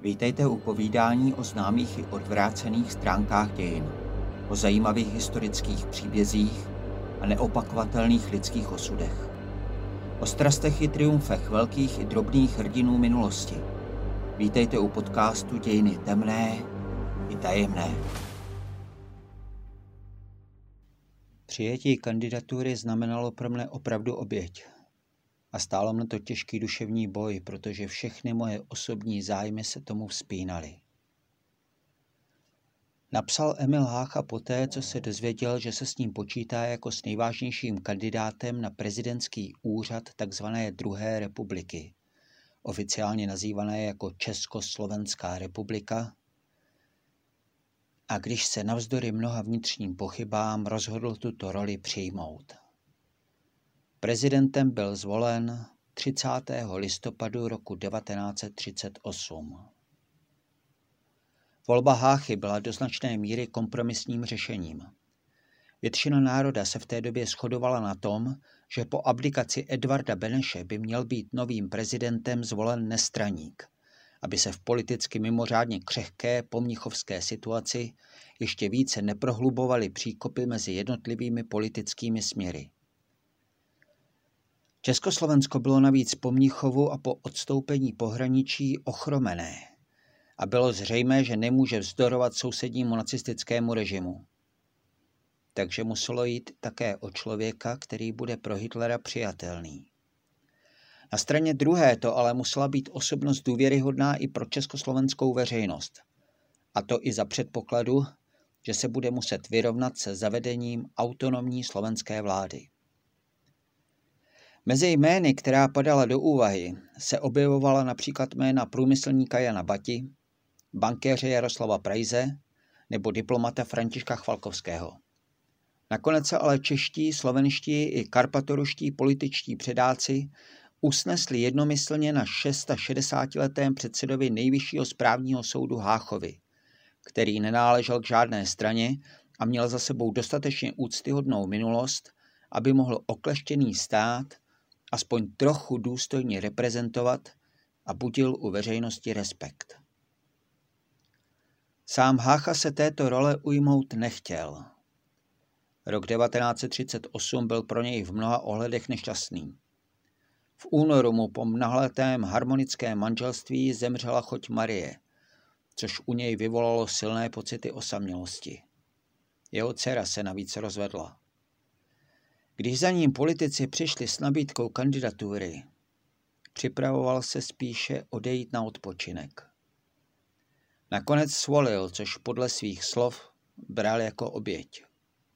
Vítejte u povídání o známých i odvrácených stránkách dějin, o zajímavých historických příbězích a neopakovatelných lidských osudech. O strastech i triumfech velkých i drobných hrdinů minulosti. Vítejte u podcastu Dějiny temné i tajemné. Přijetí kandidatury znamenalo pro mne opravdu oběť. A stálo mne to těžký duševní boj, protože všechny moje osobní zájmy se tomu vzpínaly. Napsal Emil Hácha poté, co se dozvěděl, že se s ním počítá jako s nejvážnějším kandidátem na prezidentský úřad tzv. Druhé republiky, oficiálně nazývané jako Československá republika, a když se navzdory mnoha vnitřním pochybám rozhodl tuto roli přijmout. Prezidentem byl zvolen 30. listopadu roku 1938. Volba Háchy byla do značné míry kompromisním řešením. Většina národa se v té době shodovala na tom, že po abdikaci Edvarda Beneše by měl být novým prezidentem zvolen nestraník, aby se v politicky mimořádně křehké pomnichovské situaci ještě více neprohlubovaly příkopy mezi jednotlivými politickými směry. Československo bylo navíc po Mnichovu a po odstoupení pohraničí ochromené a bylo zřejmé, že nemůže vzdorovat sousednímu nacistickému režimu. Takže muselo jít také o člověka, který bude pro Hitlera přijatelný. Na straně druhé to ale musela být osobnost důvěryhodná i pro československou veřejnost. A to i za předpokladu, že se bude muset vyrovnat se zavedením autonomní slovenské vlády. Mezi jmény, která padala do úvahy, se objevovala například jména průmyslníka Jana Bati, bankéře Jaroslava Prajze nebo diplomata Františka Chvalkovského. Nakonec se ale čeští, slovenští i karpatoruští političtí předáci usnesli jednomyslně na 660letém předsedovi Nejvyššího správního soudu Háchovi, který nenáležel k žádné straně a měl za sebou dostatečně úctyhodnou minulost, aby mohl okleštěný stát aspoň trochu důstojně reprezentovat a budil u veřejnosti respekt. Sám Hácha se této role ujmout nechtěl. Rok 1938 byl pro něj v mnoha ohledech nešťastný. V únoru mu po mnohaletém harmonickém manželství zemřela choť Marie, což u něj vyvolalo silné pocity osamělosti. Jeho dcera se navíc rozvedla. Když za ním politici přišli s nabídkou kandidatury, připravoval se spíše odejít na odpočinek. Nakonec svolil, což podle svých slov bral jako oběť.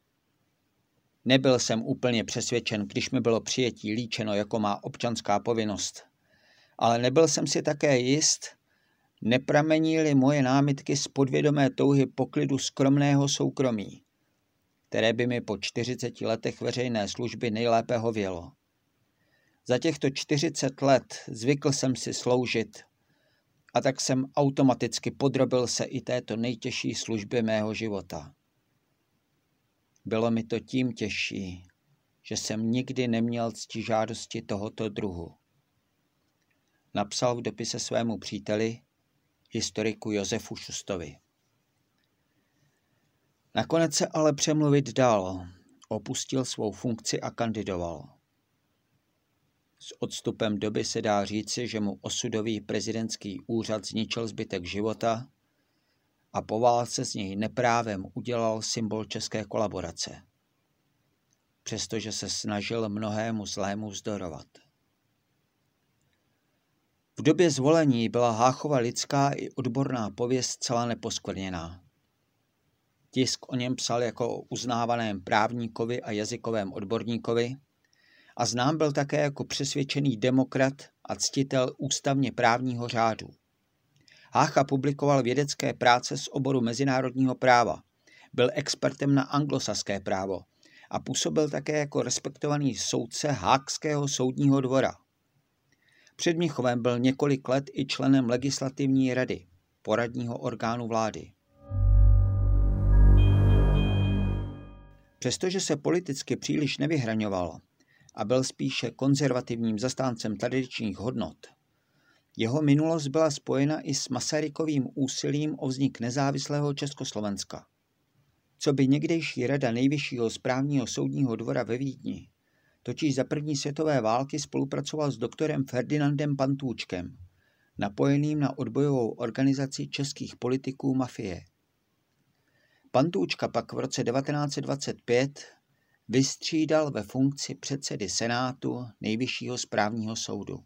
Nebyl jsem úplně přesvědčen, když mi bylo přijetí líčeno jako má občanská povinnost, ale nebyl jsem si také jist, nepramení-li moje námitky z podvědomé touhy po klidu skromného soukromí, které by mi po 40 letech veřejné služby nejlépe hovělo. Za těchto 40 let zvykl jsem si sloužit a tak jsem automaticky podrobil se i této nejtěžší službě mého života. Bylo mi to tím těžší, že jsem nikdy neměl ctižádosti tohoto druhu. Napsal v dopise svému příteli, historiku Josefu Šustovi. Nakonec se ale přemluvit dal, opustil svou funkci a kandidoval. S odstupem doby se dá říci, že mu osudový prezidentský úřad zničil zbytek života a po válce z něj neprávem udělal symbol české kolaborace, přestože se snažil mnohému zlému vzdorovat. V době zvolení byla Háchova lidská i odborná pověst zcela neposkvrněná. Tisk o něm psal jako o uznávaném právníkovi a jazykovém odborníkovi a znám byl také jako přesvědčený demokrat a ctitel ústavně právního řádu. Hácha publikoval vědecké práce z oboru mezinárodního práva, byl expertem na anglosaské právo a působil také jako respektovaný soudce Haagského soudního dvora. Před Mnichovem byl několik let i členem legislativní rady, poradního orgánu vlády. Přestože se politicky příliš nevyhraňoval a byl spíše konzervativním zastáncem tradičních hodnot, Jeho minulost byla spojena i s Masarykovým úsilím o vznik nezávislého Československa. Co by někdejší rada Nejvyššího správního soudního dvora ve Vídni, totiž za první světové války spolupracoval s doktorem Ferdinandem Pantůčkem, napojeným na odbojovou organizaci českých politiků mafie. Pantůčka pak v roce 1925 vystřídal ve funkci předsedy Senátu Nejvyššího správního soudu.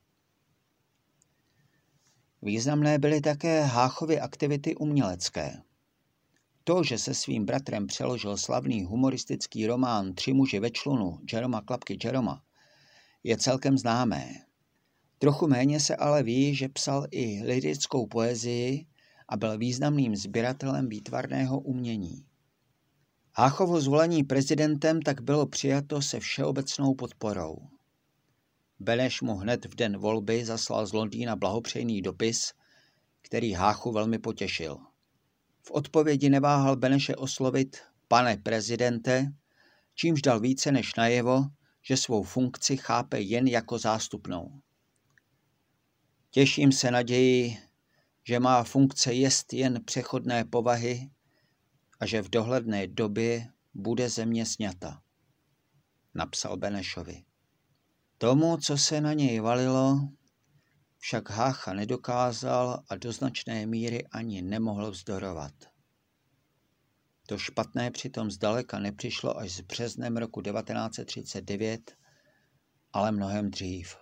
Významné byly také Háchovy aktivity umělecké. To, že se svým bratrem přeložil slavný humoristický román Tři muži ve člunu Jeroma Klapky Jeroma, je celkem známé. Trochu méně se ale ví, že psal i lyrickou poezii a byl významným sběratelem výtvarného umění. Háchovo zvolení prezidentem tak bylo přijato se všeobecnou podporou. Beneš mu hned v den volby zaslal z Londýna blahopřejný dopis, který Háchu velmi potěšil. V odpovědi neváhal Beneše oslovit pane prezidente, čímž dal více než najevo, že svou funkci chápe jen jako zástupnou. Těším se naději, že má funkce jest jen přechodné povahy a že v dohledné době bude země sňata, napsal Benešovi. Tomu, co se na něj valilo, však Hácha nedokázal a do značné míry ani nemohl vzdorovat. To špatné přitom zdaleka nepřišlo až s březnem roku 1939, ale mnohem dřív.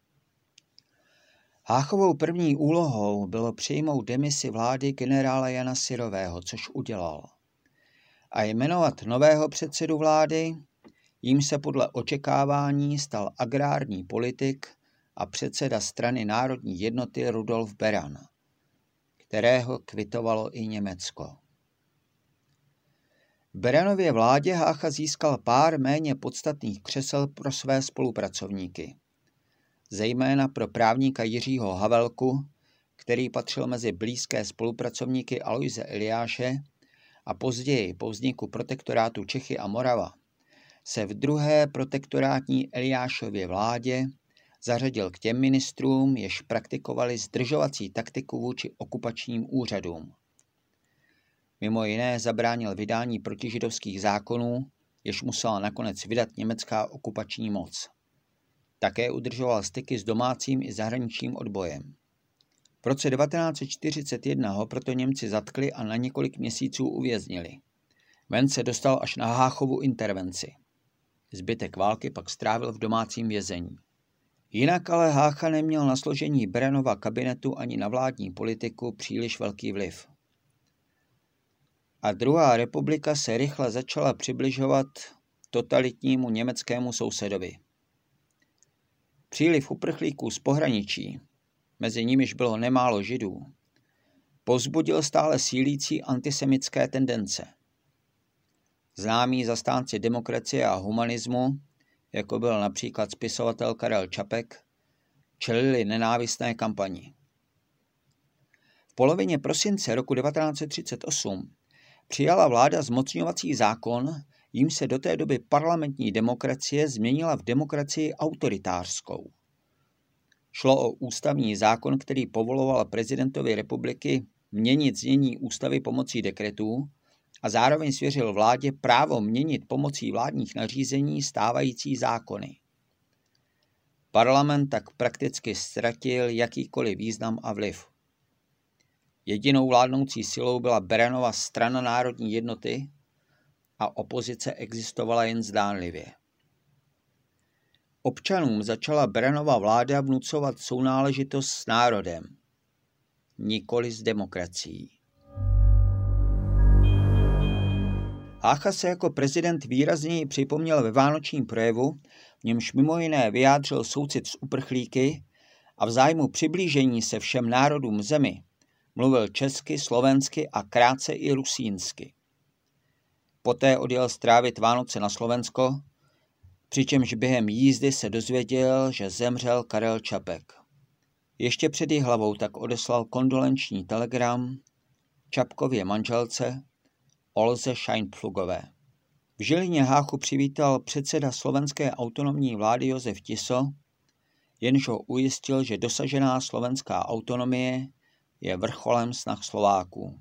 Háchovou první úlohou bylo přijmout demisi vlády generála Jana Syrového, což udělal, a jmenovat nového předsedu vlády, jím se podle očekávání stal agrární politik a předseda strany Národní jednoty Rudolf Beran, kterého kvitovalo i Německo. V Beranově vládě Hácha získal pár méně podstatných křesel pro své spolupracovníky, zejména pro právníka Jiřího Havelku, který patřil mezi blízké spolupracovníky Aloise Eliáše a později po vzniku protektorátu Čechy a Morava se v druhé protektorátní Eliášově vládě zařadil k těm ministrům, jež praktikovali zdržovací taktiku vůči okupačním úřadům. Mimo jiné zabránil vydání protižidovských zákonů, jež musela nakonec vydat německá okupační moc. Také udržoval styky s domácím i zahraničním odbojem. V roce 1941 ho proto Němci zatkli a na několik měsíců uvěznili. Ven se dostal až na Háchovu intervenci. Zbytek války pak strávil v domácím vězení. Jinak ale Hácha neměl na složení Beranova kabinetu ani na vládní politiku příliš velký vliv. A druhá republika se rychle začala přibližovat totalitnímu německému sousedovi. Příliv uprchlíků z pohraničí, mezi nimiž bylo nemálo Židů, povzbudil stále sílící antisemitské tendence. Známí zastánci demokracie a humanismu, jako byl například spisovatel Karel Čapek, čelili nenávistné kampani. V polovině prosince roku 1938 přijala vláda zmocňovací zákon, jím se do té doby parlamentní demokracie změnila v demokracii autoritářskou. Šlo o ústavní zákon, který povoloval prezidentovi republiky měnit znění ústavy pomocí dekretů a zároveň svěřil vládě právo měnit pomocí vládních nařízení stávající zákony. Parlament tak prakticky ztratil jakýkoliv význam a vliv. Jedinou vládnoucí silou byla Beranova strana Národní jednoty a opozice existovala jen zdánlivě. Občanům začala Beranova vláda vnucovat sounáležitost s národem, nikoli s demokracií. Hácha se jako prezident výrazněji připomněl ve vánočním projevu, v němž mimo jiné vyjádřil soucit s uprchlíky a v zájmu přiblížení se všem národům zemi mluvil česky, slovensky a krátce i rusínsky. Poté odjel strávit Vánoce na Slovensko, přičemž během jízdy se dozvěděl, že zemřel Karel Čapek. Ještě před její hlavou tak odeslal kondolenční telegram Čapkově manželce Olze Scheinpflugové. V Žilině Háchu přivítal předseda slovenské autonomní vlády Josef Tiso, jenž ho ujistil, že dosažená slovenská autonomie je vrcholem snah Slováků.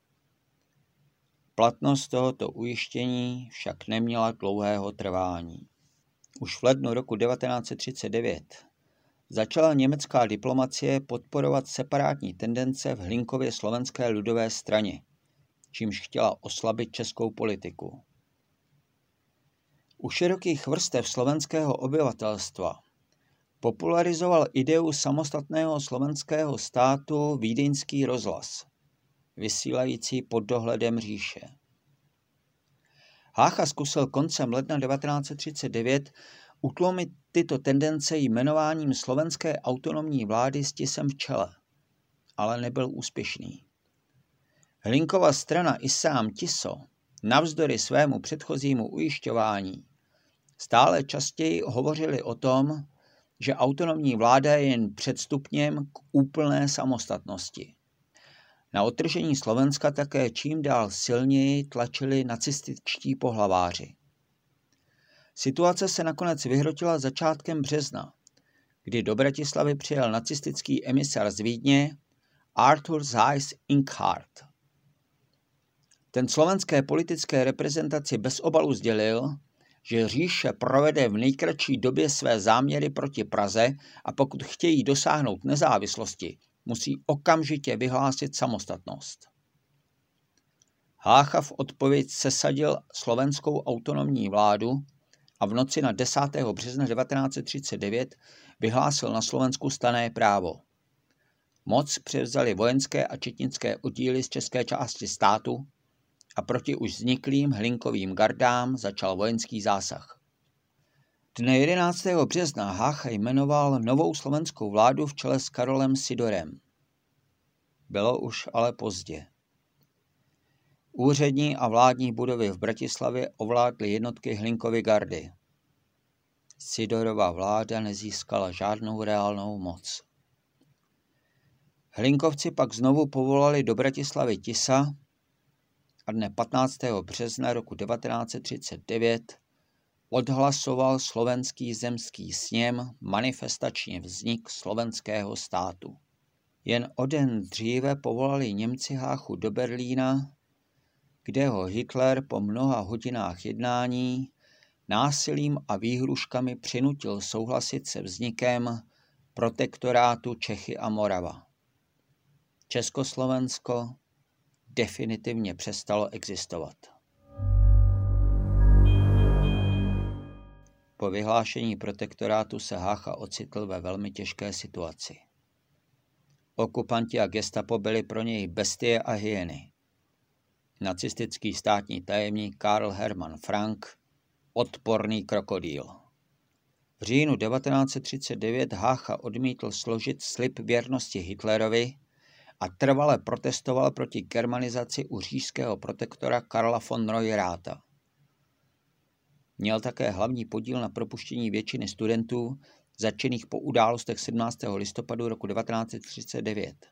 Platnost tohoto ujištění však neměla dlouhého trvání. Už v lednu roku 1939 začala německá diplomacie podporovat separátní tendence v Hlinkově slovenské lidové straně, čímž chtěla oslabit českou politiku. U širokých vrstev slovenského obyvatelstva popularizoval ideu samostatného slovenského státu Vídeňský rozhlas, vysílající pod dohledem říše. Hácha zkusil koncem ledna 1939 utlumit tyto tendence jmenováním slovenské autonomní vlády s Tisem v čele, ale nebyl úspěšný. Hlinkova strana i sám Tiso, navzdory svému předchozímu ujišťování, stále častěji hovořili o tom, že autonomní vláda je jen předstupněm k úplné samostatnosti. Na odtržení Slovenska také čím dál silněji tlačili nacističtí pohlaváři. Situace se nakonec vyhrotila začátkem března, kdy do Bratislavy přijel nacistický emisár z Vídně Arthur Seyss-Inquart. Ten slovenské politické reprezentaci bez obalu sdělil, že říše provede v nejkratší době své záměry proti Praze a pokud chtějí dosáhnout nezávislosti, musí okamžitě vyhlásit samostatnost. Hácha v odpověď sesadil slovenskou autonomní vládu a v noci na 10. března 1939 vyhlásil na Slovensku stanné právo. Moc převzali vojenské a četnické oddíly z české části státu a proti už vzniklým Hlinkovým gardám začal vojenský zásah. Dne 11. března Hácha jmenoval novou slovenskou vládu v čele s Karolem Sidorem. Bylo už ale pozdě. Úřední a vládní budovy v Bratislavě ovládly jednotky Hlinkovy gardy. Sidorova vláda nezískala žádnou reálnou moc. Hlinkovci pak znovu povolali do Bratislavy Tisa a dne 15. března roku 1939 odhlasoval slovenský zemský sněm manifestačně vznik slovenského státu. Jen o den dříve povolali Němci Háchu do Berlína, kde ho Hitler po mnoha hodinách jednání násilím a výhruškami přinutil souhlasit se vznikem protektorátu Čechy a Morava. Československo definitivně přestalo existovat. Po vyhlášení protektorátu se Hácha ocitl ve velmi těžké situaci. Okupanti a gestapo byli pro něj bestie a hyeny. Nacistický státní tajemník Karl Hermann Frank, odporný krokodýl. V říjnu 1939 Hácha odmítl složit slib věrnosti Hitlerovi a trvale protestoval proti germanizaci u říšského protektora Karla von Neurátha. Měl také hlavní podíl na propuštění většiny studentů zatčených po událostech 17. listopadu roku 1939.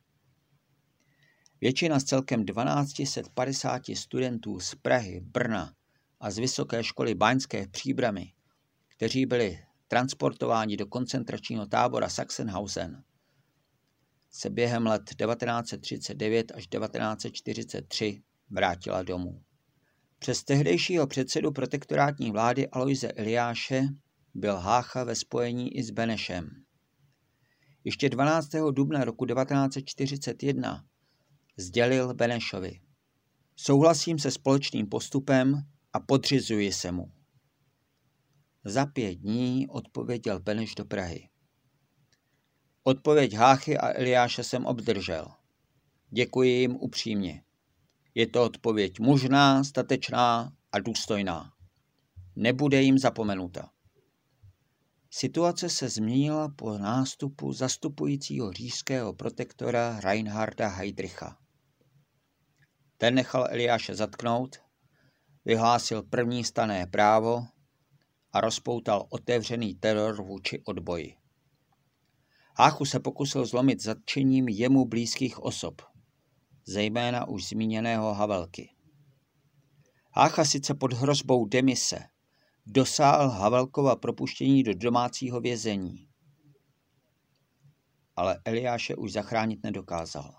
Většina z celkem 1250 studentů z Prahy, Brna a z Vysoké školy báňské v Příbrami, kteří byli transportováni do koncentračního tábora Sachsenhausen, se během let 1939 až 1943 vrátila domů. Přes tehdejšího předsedu protektorátní vlády Alojze Eliáše byl Hácha ve spojení i s Benešem. Ještě 12. dubna roku 1941 sdělil Benešovi: souhlasím se společným postupem a podřizuji se mu. Za 5 dní odpověděl Beneš do Prahy. Odpověď Háchy a Eliáše jsem obdržel. Děkuji jim upřímně. Je to odpověď mužná, statečná a důstojná. Nebude jim zapomenuta. Situace se změnila po nástupu zastupujícího říšského protektora Reinharda Heydricha. Ten nechal Eliáše zatknout, vyhlásil první stanné právo a rozpoutal otevřený teror vůči odboji. Háchu se pokusil zlomit zatčením jemu blízkých osob, zejména už zmíněného Havelky. Hácha sice pod hrozbou demise dosáhl Havelkova propuštění do domácího vězení. ale Eliáše už zachránit nedokázal.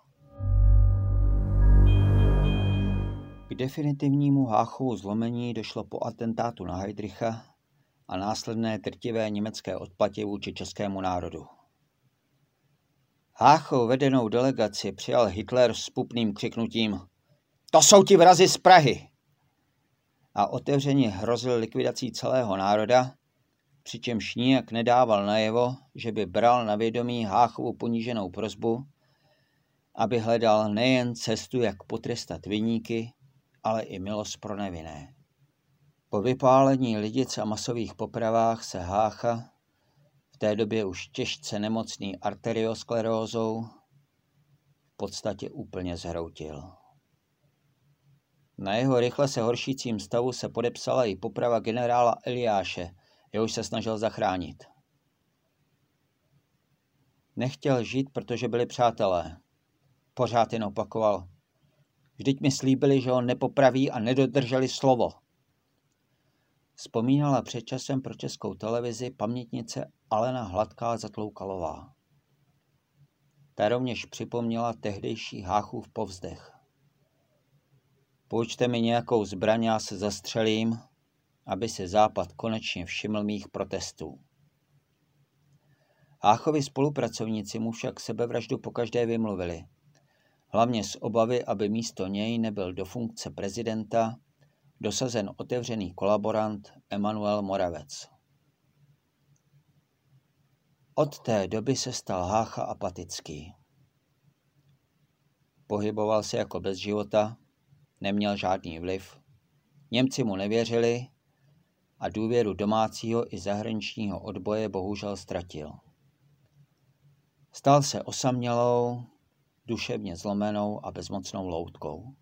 K definitivnímu Háchovu zlomení došlo po atentátu na Heydricha a následné drtivé německé odplatě vůči českému národu. Háchov vedenou delegaci přijal Hitler s pupným křiknutím "To jsou ti vrazi z Prahy!" a otevřeně hrozil likvidací celého národa, přičemž nijak nedával najevo, že by bral na vědomí Háchovu poníženou prosbu, aby hledal nejen cestu, jak potrestat viníky, ale i milost pro nevinné. Po vypálení Lidic a masových popravách se Hácha, v té době už těžce nemocný arteriosklerózou, v podstatě úplně zhroutil. Na jeho rychle se horšícím stavu se podepsala i poprava generála Eliáše, jehož se snažil zachránit. Nechtěl žít, protože byli přátelé. Pořád jen opakoval: "Vždyť mi slíbili, že ho nepopraví a nedodrželi slovo." Vzpomínala před časem pro Českou televizi pamětnice Alena Hladká-Zatloukalová. Ta rovněž připomněla tehdejší Háchův povzdech: "Půjčte mi nějakou zbraň, já se zastřelím, aby se Západ konečně všiml mých protestů." Háchovi spolupracovníci mu však sebevraždu pokaždé vymluvili, hlavně z obavy, aby místo něj nebyl do funkce prezidenta dosazen otevřený kolaborant Emanuel Moravec. Od té doby se stal Hácha apatický. Pohyboval se jako bez života, neměl žádný vliv, Němci mu nevěřili a důvěru domácího i zahraničního odboje bohužel ztratil. Stal se osamělou, duševně zlomenou a bezmocnou loutkou.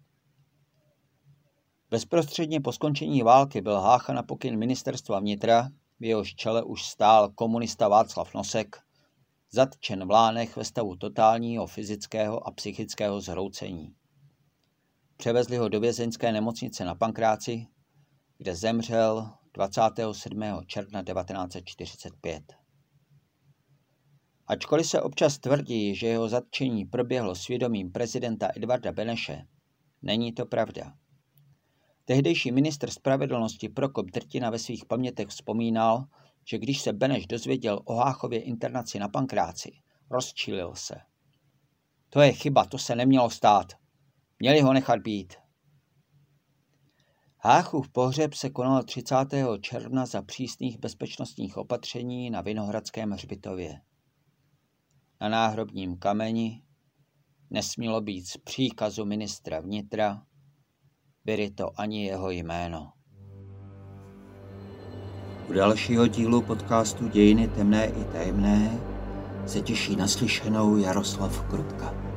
Bezprostředně po skončení války byl Hácha na pokyn ministerstva vnitra, v jehož čele už stál komunista Václav Nosek, zatčen v Lánech ve stavu totálního fyzického a psychického zhroucení. Převezli ho do vězeňské nemocnice na Pankráci, kde zemřel 27. června 1945. Ačkoliv se občas tvrdí, že jeho zatčení proběhlo svědomím prezidenta Edvarda Beneše, není to pravda. Tehdejší ministr spravedlnosti Prokop Drtina ve svých pamětech vzpomínal, že když se Beneš dozvěděl o Háchově internaci na Pankráci, rozčílil se. "To je chyba, to se nemělo stát. Měli ho nechat být." Háchův pohřeb se konal 30. června za přísných bezpečnostních opatření na Vinohradském hřbitově. Na náhrobním kameni nesmělo být z příkazu ministra vnitra vyryto ani jeho jméno. U dalšího dílu podcastu Dějiny temné i tajemné se těší naslyšenou Jaroslav Krutka.